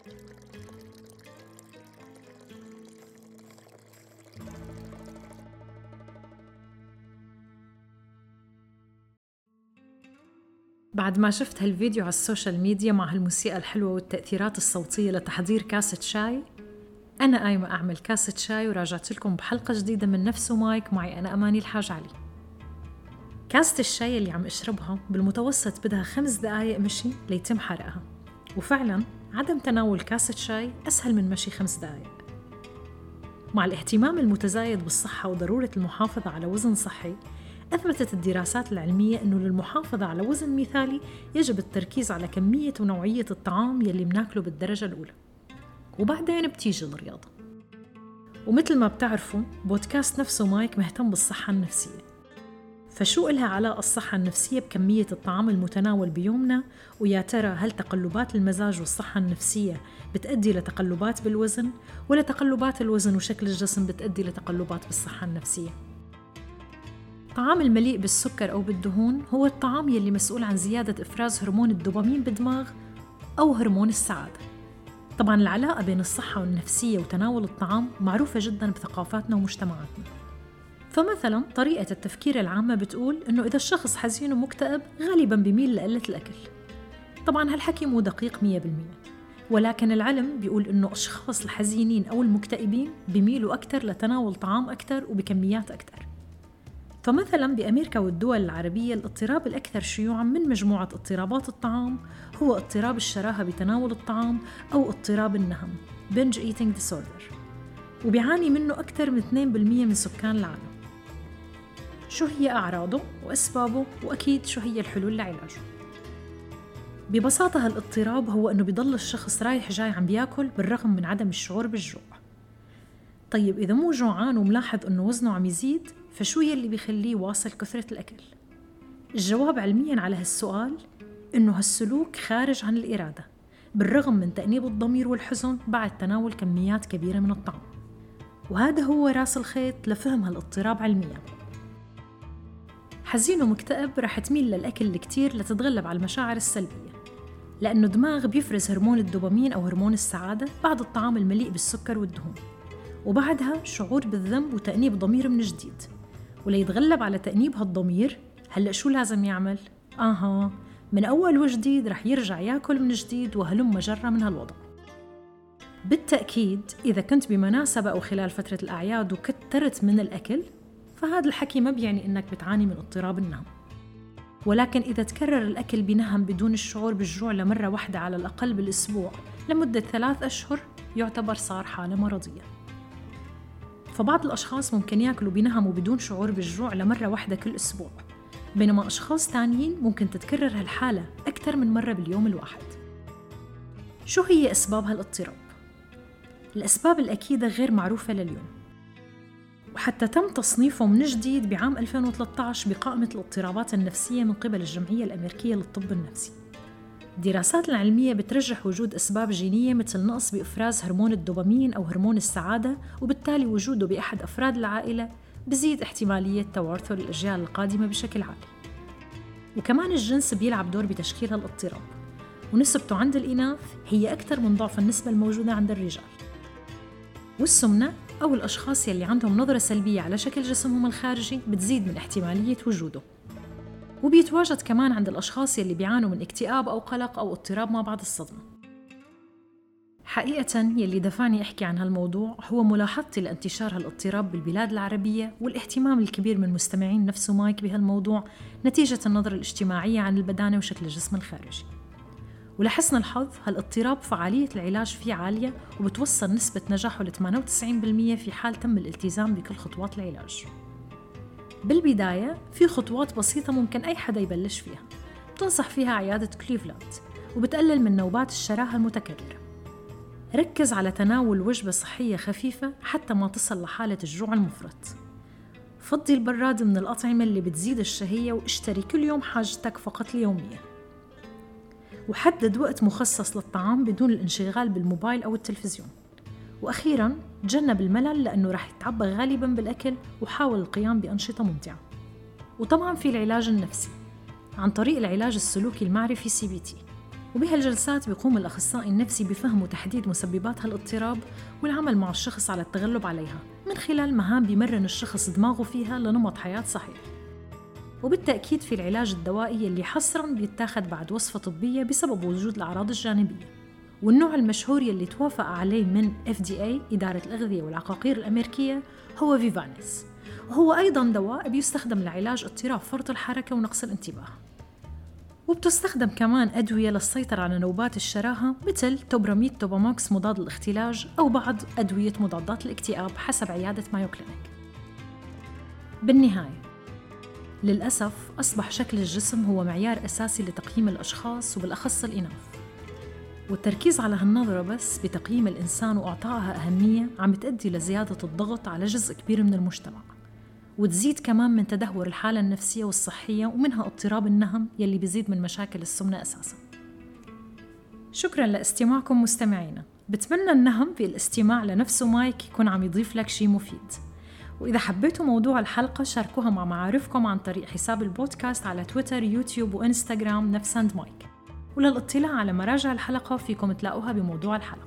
بعد ما شفت هالفيديو على السوشيال ميديا مع هالموسيقى الحلوة والتأثيرات الصوتية لتحضير كاسة شاي، أنا قايمة أعمل كاسة شاي وراجعت لكم بحلقة جديدة من نفس مايك معي أنا أماني الحاج علي. كاسة الشاي اللي عم أشربها بالمتوسط بدها 5 دقايق مشي ليتم حرقها، وفعلاً عدم تناول كاسة شاي أسهل من مشي 5 دقايق. مع الاهتمام المتزايد بالصحة وضرورة المحافظة على وزن صحي، أثبتت الدراسات العلمية أنه للمحافظة على وزن مثالي يجب التركيز على كمية ونوعية الطعام يلي بناكله بالدرجة الأولى، وبعدين بتيجي الرياضة. ومثل ما بتعرفوا بودكاست نفسه مايك مهتم بالصحة النفسية، فشو إلها علاقة الصحة النفسية بكمية الطعام المتناول بيومنا؟ ويا ترى هل تقلبات المزاج والصحة النفسية بتؤدي لتقلبات بالوزن، ولا تقلبات الوزن وشكل الجسم بتؤدي لتقلبات بالصحة النفسية؟ الطعام المليء بالسكر أو بالدهون هو الطعام يلي مسؤول عن زيادة إفراز هرمون الدوبامين بالدماغ أو هرمون السعادة. طبعاً العلاقة بين الصحة والنفسية وتناول الطعام معروفة جداً بثقافاتنا ومجتمعاتنا. فمثلاً طريقة التفكير العامة بتقول إنه إذا الشخص حزين ومكتئب غالباً بيميل لقلة الأكل. طبعاً هالحكي مو دقيق 100%، ولكن العلم بيقول إنه أشخاص الحزينين أو المكتئبين بيميلوا أكتر لتناول طعام أكتر وبكميات أكتر. فمثلاً بأمريكا والدول العربية الاضطراب الأكثر شيوعاً من مجموعة اضطرابات الطعام هو اضطراب الشراهة بتناول الطعام أو اضطراب النهم binge eating disorder، وبيعاني منه أكثر من 2% من سكان العالم. شو هي أعراضه وأسبابه، وأكيد شو هي الحلول لعلاجه؟ ببساطة هالاضطراب هو أنه بيضل الشخص رايح جاي عم بياكل بالرغم من عدم الشعور بالجوع. طيب إذا مو جوعان وملاحظ أنه وزنه عم يزيد، فشو يلي بيخليه واصل كثرة الأكل؟ الجواب علمياً على هالسؤال إنه هالسلوك خارج عن الإرادة، بالرغم من تأنيب الضمير والحزن بعد تناول كميات كبيرة من الطعام. وهذا هو راس الخيط لفهم هالاضطراب علمياً. حزين ومكتئب رح تميل للأكل الكتير لتتغلب على المشاعر السلبية، لأنه دماغ بيفرز هرمون الدوبامين أو هرمون السعادة بعد الطعام المليء بالسكر والدهون، وبعدها شعور بالذنب وتأنيب ضمير من جديد. وليتغلب على تأنيب هالضمير هلأ شو لازم يعمل؟ من أول وجديد رح يرجع ياكل من جديد، وهلم مجرة من هالوضع. بالتأكيد إذا كنت بمناسبة أو خلال فترة الأعياد وكترت من الأكل، فهذا الحكي ما بيعني إنك بتعاني من اضطراب النهم. ولكن إذا تكرر الأكل بنهم بدون الشعور بالجوع لمرة واحدة على الأقل بالأسبوع لمدة 3 أشهر، يعتبر صار حالة مرضية. فبعض الأشخاص ممكن يأكلوا بنهم وبدون شعور بالجوع لمرة واحدة كل أسبوع، بينما أشخاص تانيين ممكن تتكرر هالحالة أكثر من مرة باليوم الواحد. شو هي أسباب هالاضطراب؟ الأسباب الأكيدة غير معروفة لليوم، وحتى تم تصنيفه من جديد بعام 2013 بقائمة الاضطرابات النفسية من قبل الجمعية الأمريكية للطب النفسي. الدراسات العلمية بترجح وجود أسباب جينية مثل نقص بإفراز هرمون الدوبامين أو هرمون السعادة، وبالتالي وجوده بأحد أفراد العائلة بزيد احتمالية توارثه للأجيال القادمة بشكل عالي. وكمان الجنس بيلعب دور بتشكيل هالاضطراب، ونسبته عند الإناث هي أكثر من ضعف النسبة الموجودة عند الرجال. والسمنة أو الأشخاص يلي عندهم نظرة سلبية على شكل جسمهم الخارجي بتزيد من احتمالية وجوده. وبيتواجد كمان عند الأشخاص يلي بيعانوا من اكتئاب أو قلق أو اضطراب ما بعد الصدمة. حقيقة يلي دفعني أحكي عن هالموضوع هو ملاحظتي لانتشار هالاضطراب بالبلاد العربية، والاهتمام الكبير من مستمعين نفسه مايك بهالموضوع نتيجة النظرة الاجتماعية عن البدانة وشكل الجسم الخارجي. ولحسن الحظ هالاضطراب فعالية العلاج فيه عالية، وبتوصل نسبة نجاحه ل 98% في حال تم الالتزام بكل خطوات العلاج. بالبداية في خطوات بسيطة ممكن أي حدا يبلش فيها، بتنصح فيها عيادة كليفلاند، وبتقلل من نوبات الشراهة المتكررة. ركز على تناول وجبة صحية خفيفة حتى ما تصل لحالة الجوع المفرط. فضي البراد من الأطعمة اللي بتزيد الشهية، واشتري كل يوم حاجتك فقط اليومية. وحدد وقت مخصص للطعام بدون الانشغال بالموبايل أو التلفزيون. وأخيراً تجنب الملل لأنه رح يتعبى غالباً بالأكل، وحاول القيام بأنشطة ممتعة. وطبعاً في العلاج النفسي عن طريق العلاج السلوكي المعرفي CBT، وبهالجلسات بيقوم الأخصائي النفسي بفهم وتحديد مسببات هالاضطراب والعمل مع الشخص على التغلب عليها من خلال مهام بيمرن الشخص دماغه فيها لنمط حياة صحيح. وبالتأكيد في العلاج الدوائي اللي حصراً بيتاخد بعد وصفة طبية بسبب وجود الأعراض الجانبية، والنوع المشهور يلي توافق عليه من FDA إدارة الأغذية والعقاقير الأمريكية هو فيفانس، وهو أيضاً دواء بيستخدم لعلاج اضطراب فرط الحركة ونقص الانتباه. وبتستخدم كمان أدوية للسيطرة على نوبات الشراهة مثل توبراميد توباماكس مضاد الاختلاج أو بعض أدوية مضادات الاكتئاب حسب عيادة مايو كلينيك. بالنهاية للأسف أصبح شكل الجسم هو معيار أساسي لتقييم الأشخاص وبالأخص الإناث، والتركيز على هالنظرة بس بتقييم الإنسان وإعطائها أهمية عم تؤدي لزيادة الضغط على جزء كبير من المجتمع، وتزيد كمان من تدهور الحالة النفسية والصحية ومنها اضطراب النهم يلي بيزيد من مشاكل السمنة أساساً. شكراً لاستماعكم مستمعينا. بتمنى النهم بالاستماع لنفسه مايك يكون عم يضيف لك شيء مفيد، وإذا حبيتوا موضوع الحلقة شاركوها مع معارفكم عن طريق حساب البودكاست على تويتر، يوتيوب وإنستغرام نفس مايك. وللاطلاع على مراجع الحلقة فيكم تلاقوها بموضوع الحلقة.